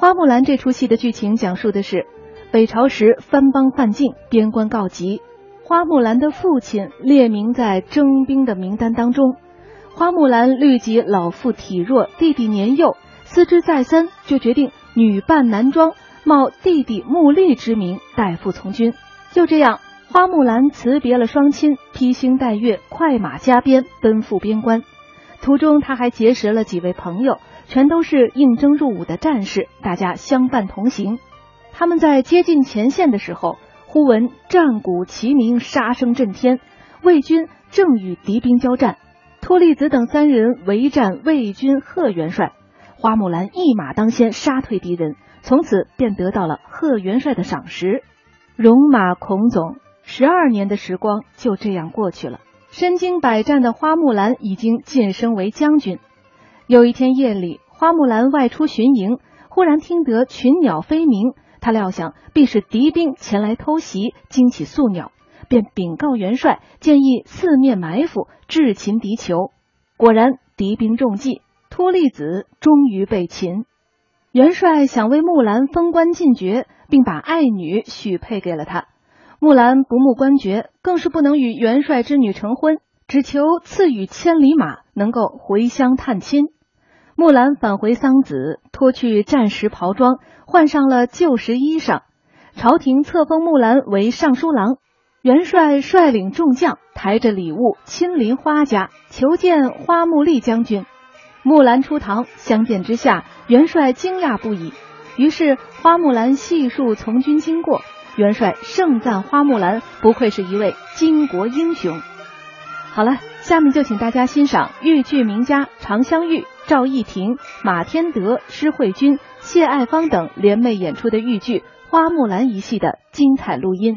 花木兰这出戏的剧情讲述的是北朝时藩邦犯境，边关告急，花木兰的父亲列名在征兵的名单当中。花木兰虑及老父体弱，弟弟年幼，思之再三，就决定女扮男装，冒弟弟穆丽之名代父从军。就这样，花木兰辞别了双亲，披星戴月，快马加鞭，奔赴边关。途中她还结识了几位朋友，全都是应征入伍的战士，大家相伴同行。他们在接近前线的时候，忽闻战鼓齐鸣，杀声震天，魏军正与敌兵交战。脱力子等3人围战魏军贺元帅，花木兰一马当先，杀退敌人，从此便得到了贺元帅的赏识。戎马孔总，12年的时光就这样过去了。身经百战的花木兰已经晋升为将军。有一天夜里，花木兰外出巡营，忽然听得群鸟飞鸣，他料想必是敌兵前来偷袭，惊起宿鸟，便禀告元帅，建议四面埋伏，智擒敌囚。果然敌兵中计，脱力子终于被擒。元帅想为木兰封官进爵，并把爱女许配给了他。木兰不慕官爵，更是不能与元帅之女成婚，只求赐予千里马，能够回乡探亲。木兰返回桑梓，脱去战时袍装，换上了旧时衣裳。朝廷册封木兰为尚书郎。元帅率领众将，抬着礼物亲临花家，求见花木丽将军。木兰出堂，相见之下，元帅惊讶不已。于是花木兰细述从军经过，元帅盛赞花木兰不愧是一位巾帼英雄。好了，下面就请大家欣赏豫剧名家常香玉、赵艺婷、马天德、施慧君、谢爱芳等联袂演出的豫剧《花木兰》一戏的精彩录音。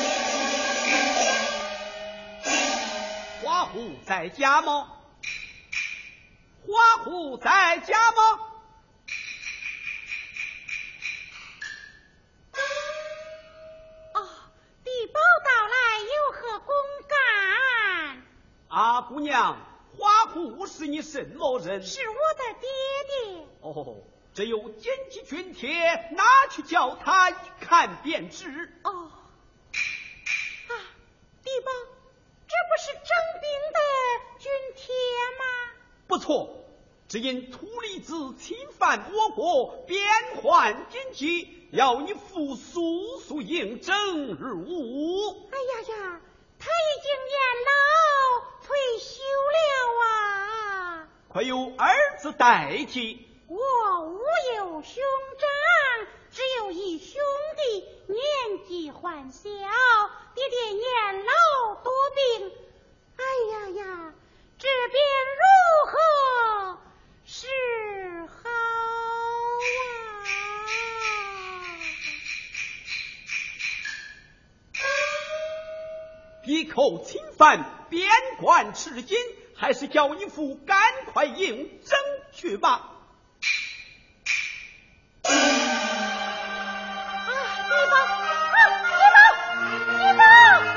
在家吗？ 花虎在家吗？ 地保到来，有何公干？ 啊，姑娘，花虎是你什么人？ 是我的爹爹。 哦，这有检记军帖，拿去叫他一看便知。 地保，这不是征兵的军帖吗？ 不错，只因秃驴子侵犯我国，变换军纪，要你赴速速应征入伍。 哎呀，他已经年老退休了啊！ 快由儿子代替。 我无有兄长，只有一兄弟，年纪还小，爹爹年老多病。哎呀，这便如何是好闭口侵犯，边关吃紧，还是叫你父赶快应征去吧。 地保！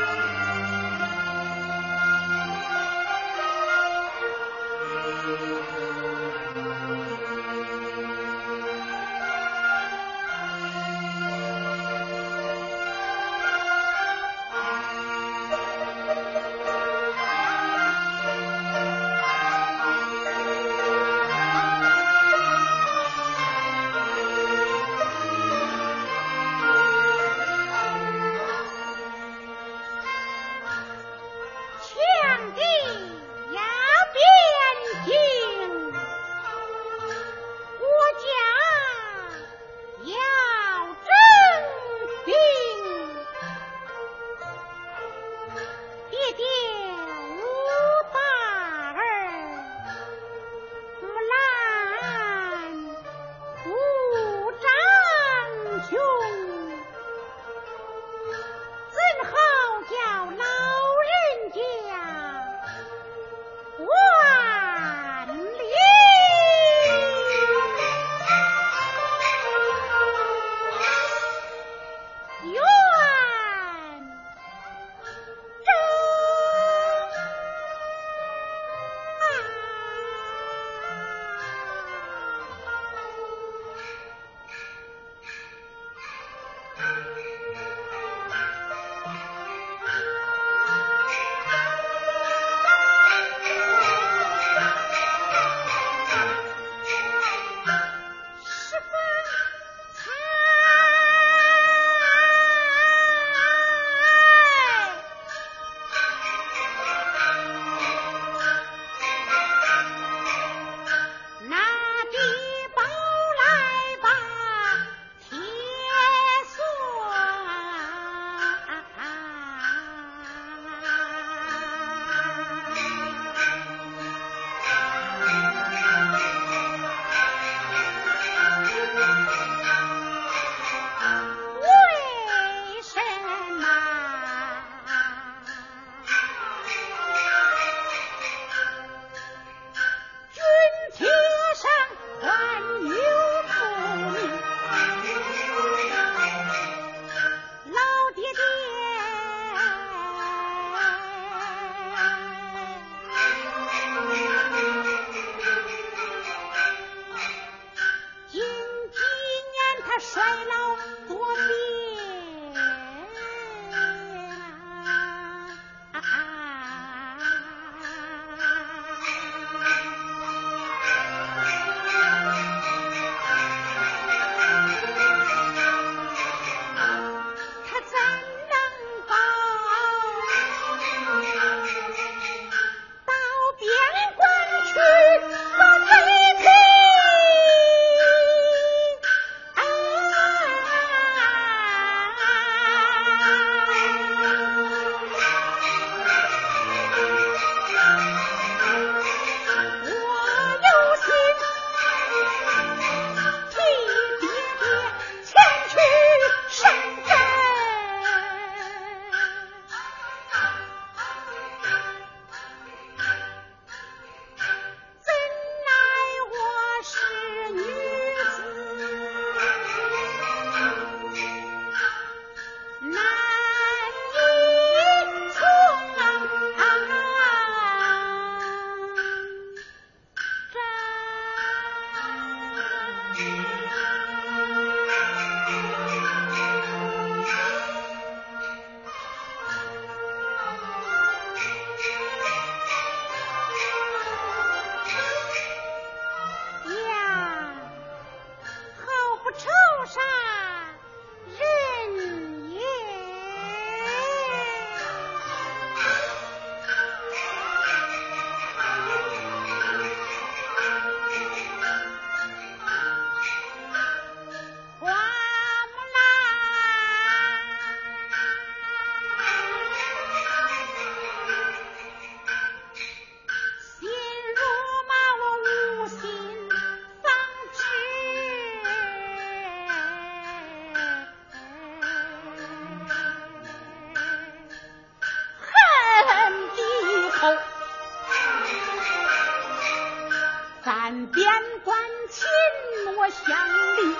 看边关亲我乡里，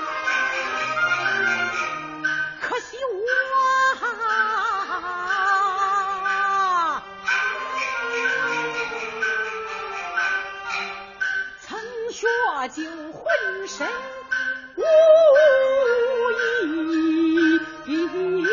可惜我曾学就浑身无益。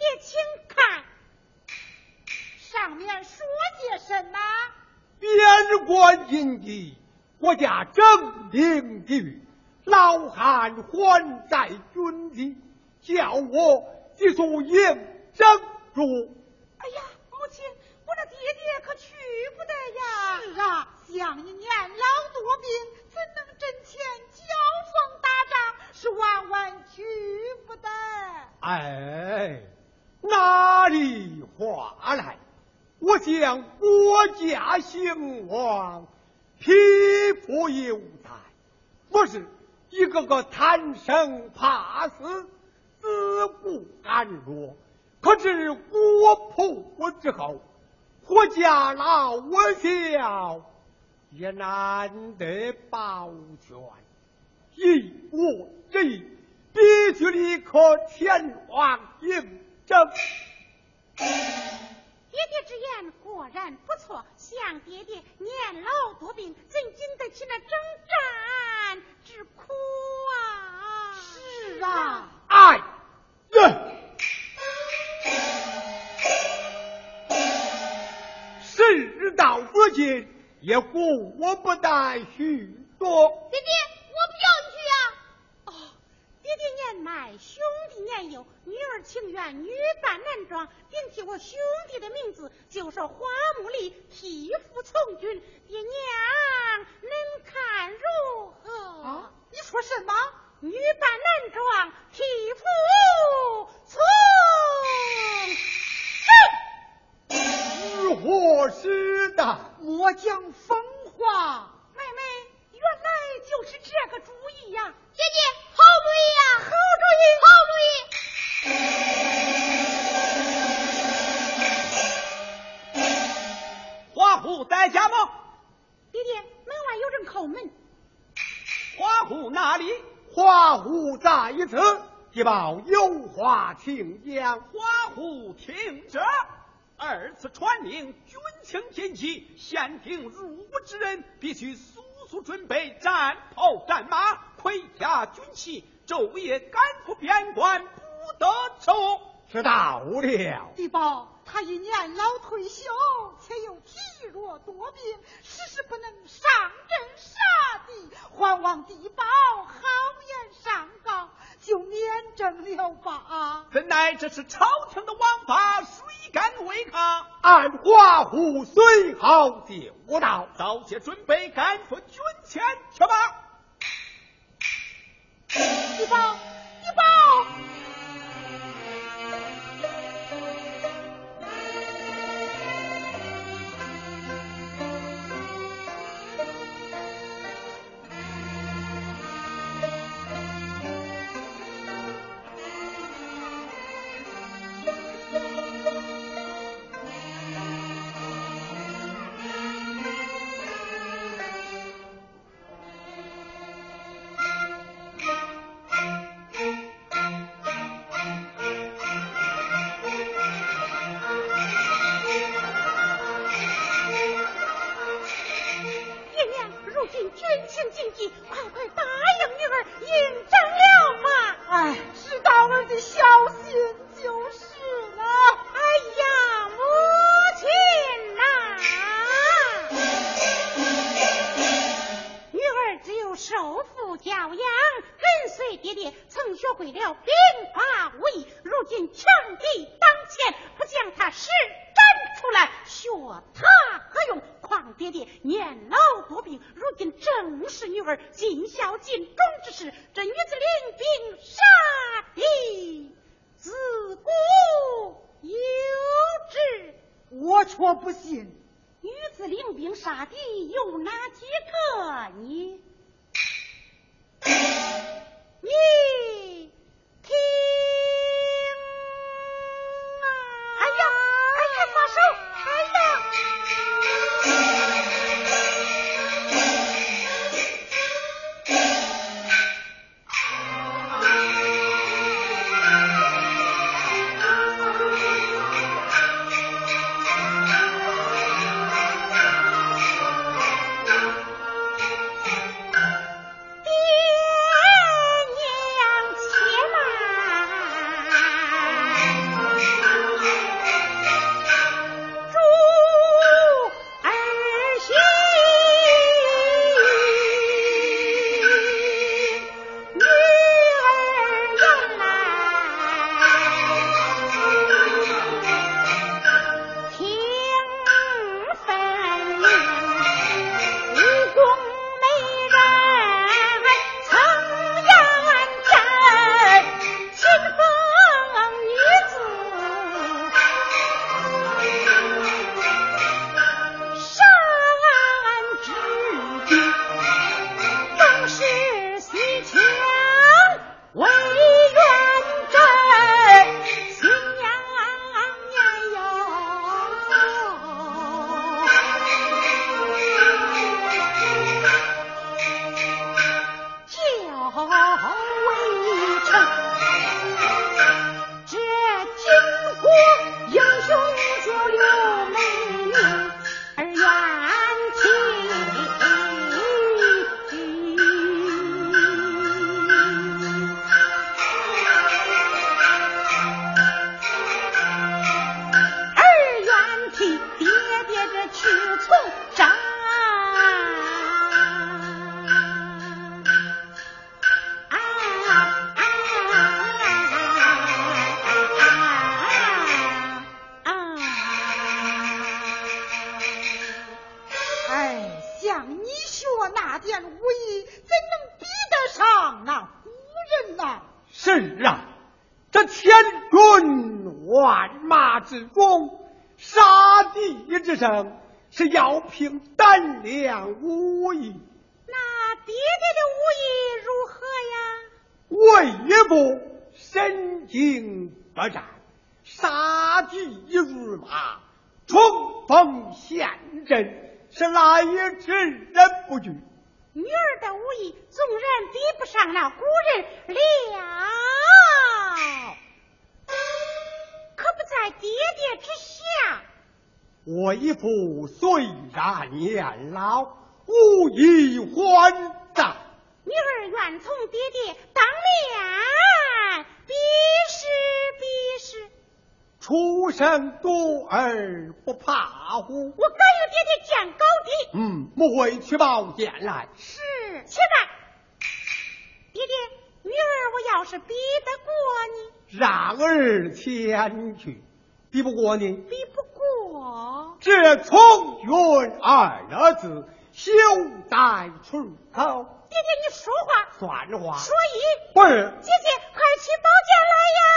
上面说些什么？ 边官阴地，国家正定地狱，老汉还在军地，叫我即速应征入。 哎呀，母亲，我的爹爹可去不得呀！是啊，像你年老多病，怎能阵前交锋打仗？是万万去不得。 哎，哪里话来？我想国家兴亡，匹夫有才，不是一个个贪生怕死，自不甘弱。可知国破之后，国家老小也难得保全。以我之意，必须立刻前往应征。 爹爹之言果然不错，想爹爹年老多病，怎经得起那征战之苦啊？是啊， 哎，事到如今，也顾不待许多。 爹爹，我不要你去呀！哦，爹爹年迈，兄弟年幼，女儿情愿女扮男装，顶替我兄弟的名字，就是花木里替父从军。爹娘能看如何？ 啊，你说什么？ 女扮男装，替父从如何是的？ 莫讲疯话。 妹妹，原来就是这个主意呀！姐姐，好主意呀！好主意， 好主意。花虎在家吗？ 爹爹，门外有人叩门。 花虎哪里？ 花虎在此，即报有话请讲。 花虎听着。二次传令，军情紧急，限定入伍之人必须速速准备战炮战马，盔甲军器，昼夜赶赴边关，不得迟误。 知道了。 地保他已年老退休，且又体弱多病，时不能上阵杀敌，还望地保好言上告，就免征了吧。 怎奈这是朝廷的王法，谁敢违抗？ 按花虎随后就到， 早些准备赶赴军前去吧。 地保，地保。 像你学那点武艺，怎能比得上那古人呐？ 是啊，这千军万马之中，杀敌之胜，是要凭胆量武艺。 那爹爹的武艺如何呀？ 为一步身经百战，杀敌如麻，冲锋陷阵，是来之人不惧。 女儿的武艺纵然比不上那古人了，可不在爹爹之下。 我一父虽然年老，武艺还在。 女儿愿同爹爹当面比试。 初生夺儿不怕虎， 我敢与爹爹见高低。 不会去报见来。 是，且慢。爹爹，女儿我要是比得过你， 让儿前去。比不过你？ 比不过。 这从军二字，休待出口。 爹爹，你说话算话。 说一不是。 姐姐，快去宝剑来呀！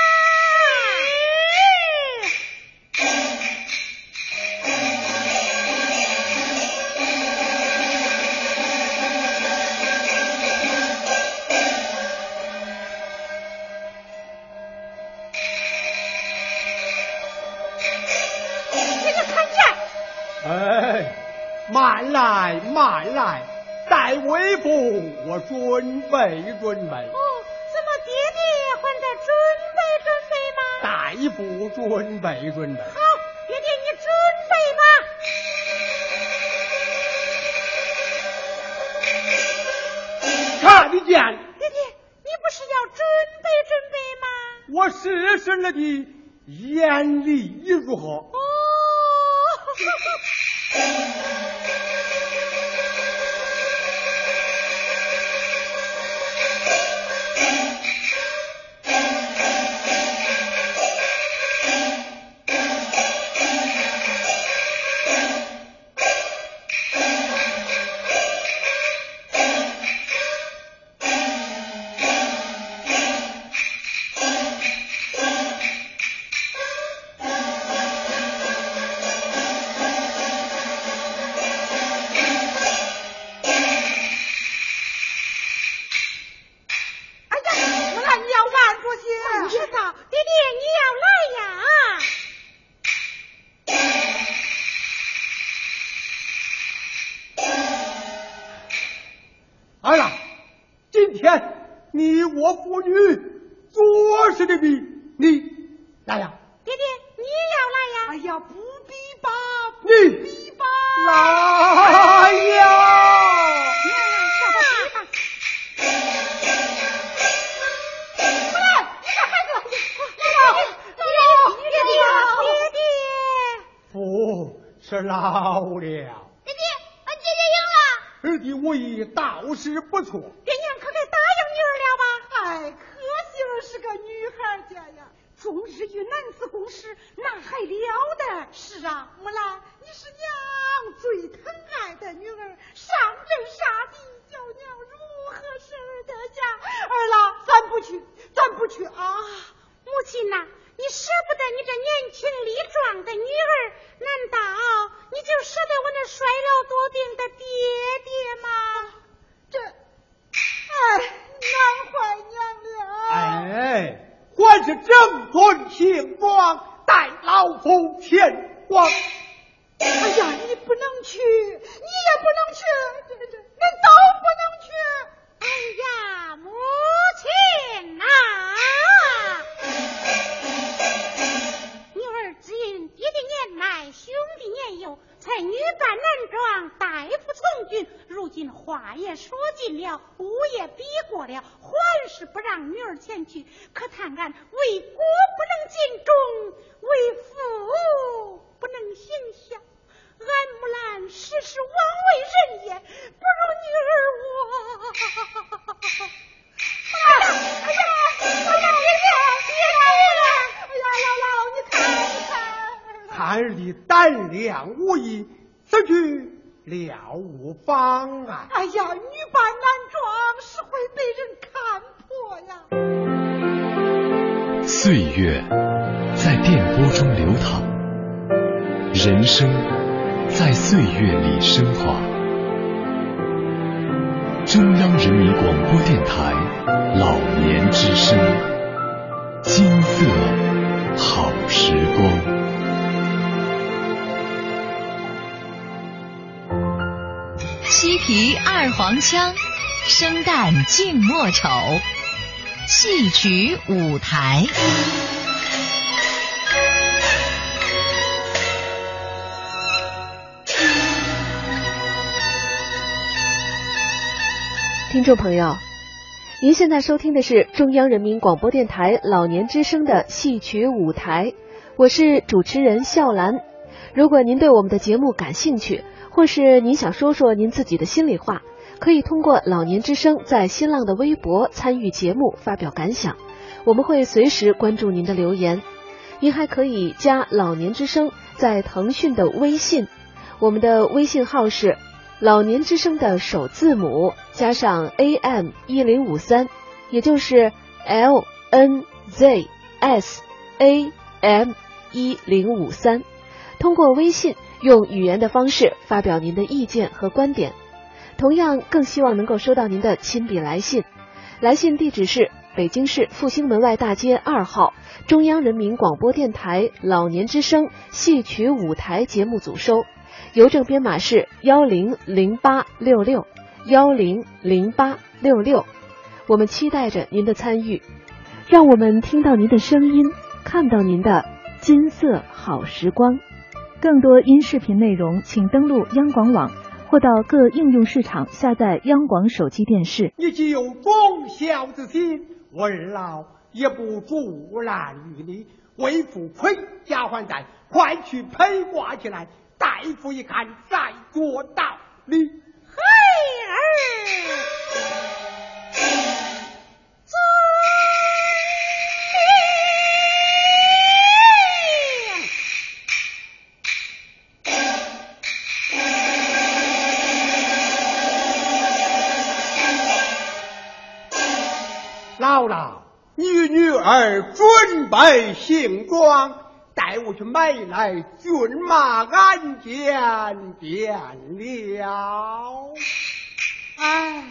慢来，待为父我准备。 怎么爹爹还在准备吗？ 待父准备。 好，爹爹你准备吧。 看得见。 爹爹，你不是要准备吗？ 我试试了的眼力如何？我父女做事的比你来呀， 爹爹你要来呀？ 哎呀，不比吧，不你比吧， 来呀！父是老了。 爹爹，姐姐赢了。 儿的武艺倒是不错。 爹娘可该答应女儿了吧？ 哎，可惜儿是个女孩家呀，终日与男子共事，那还了得？是啊，木兰，你是娘最疼爱的女儿，上阵杀敌，叫娘如何舍得下？儿啦，咱不去啊！ 母亲呐，你舍不得你这年轻力壮的女儿，难道你就舍得我那衰老多病的爹爹吗？ 难坏娘了。 哎，还是整顿行装，带老夫前往。 哎呀，你不能去，你也不能去，恁都不能去。 哎呀，母亲呐！女儿只因爹爹年迈，兄弟年幼，才女扮男装，代父从军。如今话也说尽了，武也比过了，还是不让女儿前去。可叹俺为国不能尽忠，为父不能行孝。俺木兰时时枉为人也，不如女儿我。哎呀， 姥姥，你看， 看儿的胆量武艺，此去了无妨碍。 哎呀，女扮男装是会被人看破呀。岁月在电波中流淌，人生在岁月里升华。中央人民广播电台老年之声，金色好时光。 西皮二黄腔，生旦净末丑，戏曲舞台。 听众朋友，您现在收听的是中央人民广播电台老年之声的戏曲舞台，我是主持人笑兰。如果您对我们的节目感兴趣，或是您想说说您自己的心里话，可以通过老年之声在新浪的微博参与节目发表感想，我们会随时关注您的留言。您还可以加老年之声在腾讯的微信，我们的微信号是老年之声的首字母加上 AM1053， 也就是 LNZSAM1053。通过微信用语言的方式发表您的意见和观点，同样更希望能够收到您的亲笔来信。来信地址是北京市复兴门外大街2号中央人民广播电台老年之声戏曲舞台节目组收，邮政编码是100866 100866。我们期待着您的参与，让我们听到您的声音，看到您的金色好时光。更多音视频内容请登录央广网或到各应用市场下载央广手机电视。 你既有忠孝之心，为老也不阻拦于你，为父盔甲还在，快去披挂起来，大夫一看再做道理。 孩儿姥姥，你女儿准备行装，带我去买来骏马鞍鞯便了。 哎，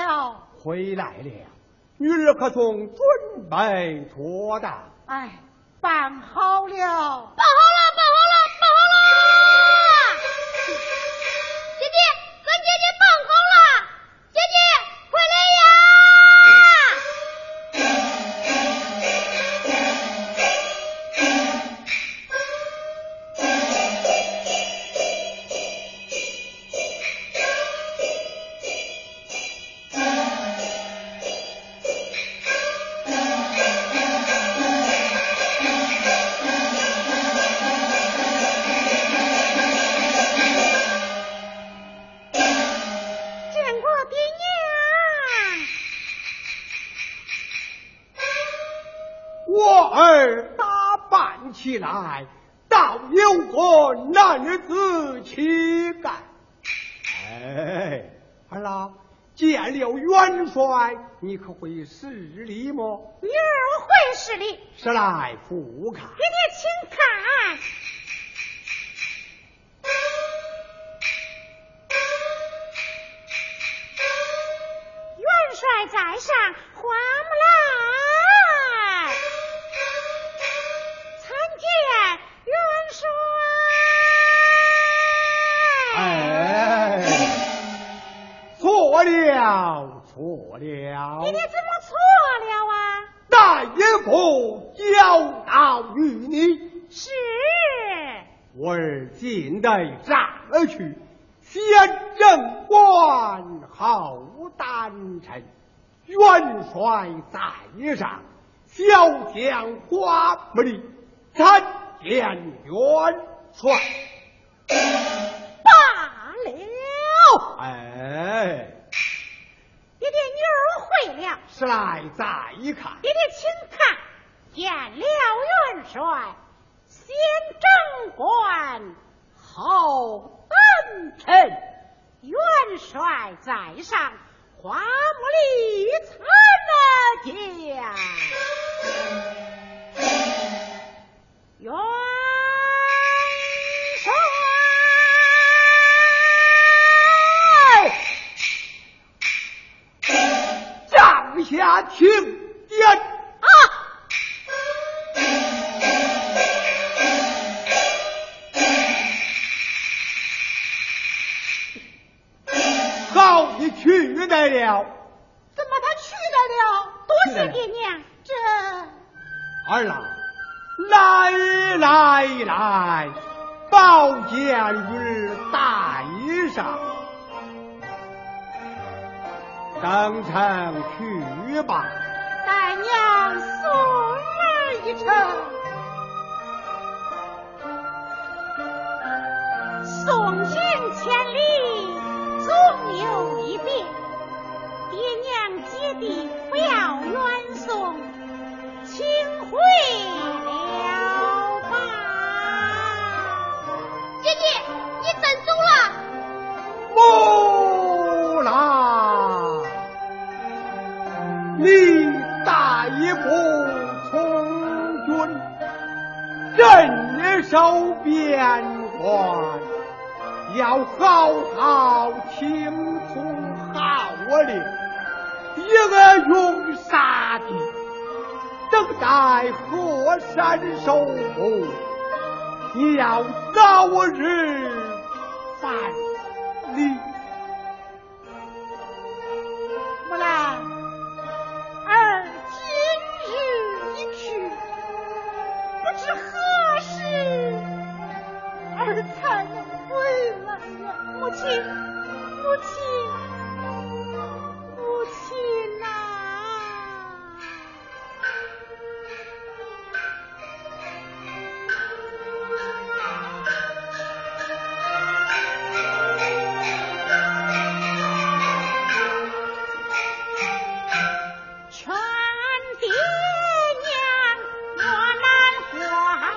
回来了，女儿可曾准备妥当？ 哎， 办好了，办好了， 姐姐，跟姐姐办好了，姐姐快来呀！ 起来，倒有个男子气概。哎，儿郎，见了元帅，你可会施礼吗？ 女儿会施礼。 是来复看。 爹爹，请看。元帅在上，花木兰，参见元帅。 哎，错了，错了。 爹爹怎么错了啊？ 大爷父教导于你。 是。 我儿进得上去。先正官后丹臣，元帅在上，小将花木里参见元帅。 罢了。 哎， 爹爹，女儿会了。 是来再看。 爹爹，请看，见了元帅，先正官后恩臣，元帅在上，花木里参见元帅。 帐下请见。 啊！ 好，你取得了。 怎么他取得了？ 多谢爹娘。 这儿郎，来，宝剑于带上，等臣去吧。 带娘送儿一程， 送行千里，总有一别。爹娘姐弟不要远送，请回了吧。姐姐，你怎走了？ 木兰，你大一步从军，镇守边关，要好好听从号令，英勇杀敌，等待河山收复，你要早日返礼。 木兰，儿今日一去，不知何时儿才能回来呀？ 母亲呐！劝爹娘莫难过。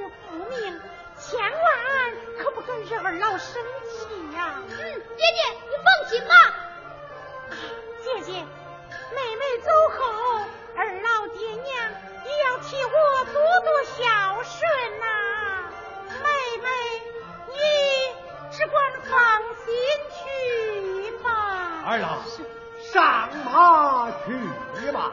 有父命，千万可不跟着二老生气呀。 姐姐，你放心吧。 姐姐，妹妹走后，二老爹娘也要替我多多孝顺呐。妹妹，你只管放心去吧。 二老，上马去吧。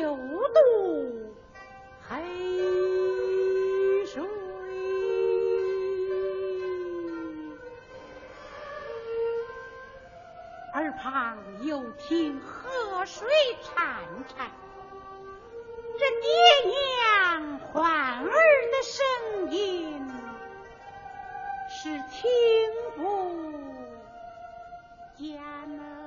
又渡黑水。耳旁又听河水潺潺，这爹娘唤儿的声音是听不见呢。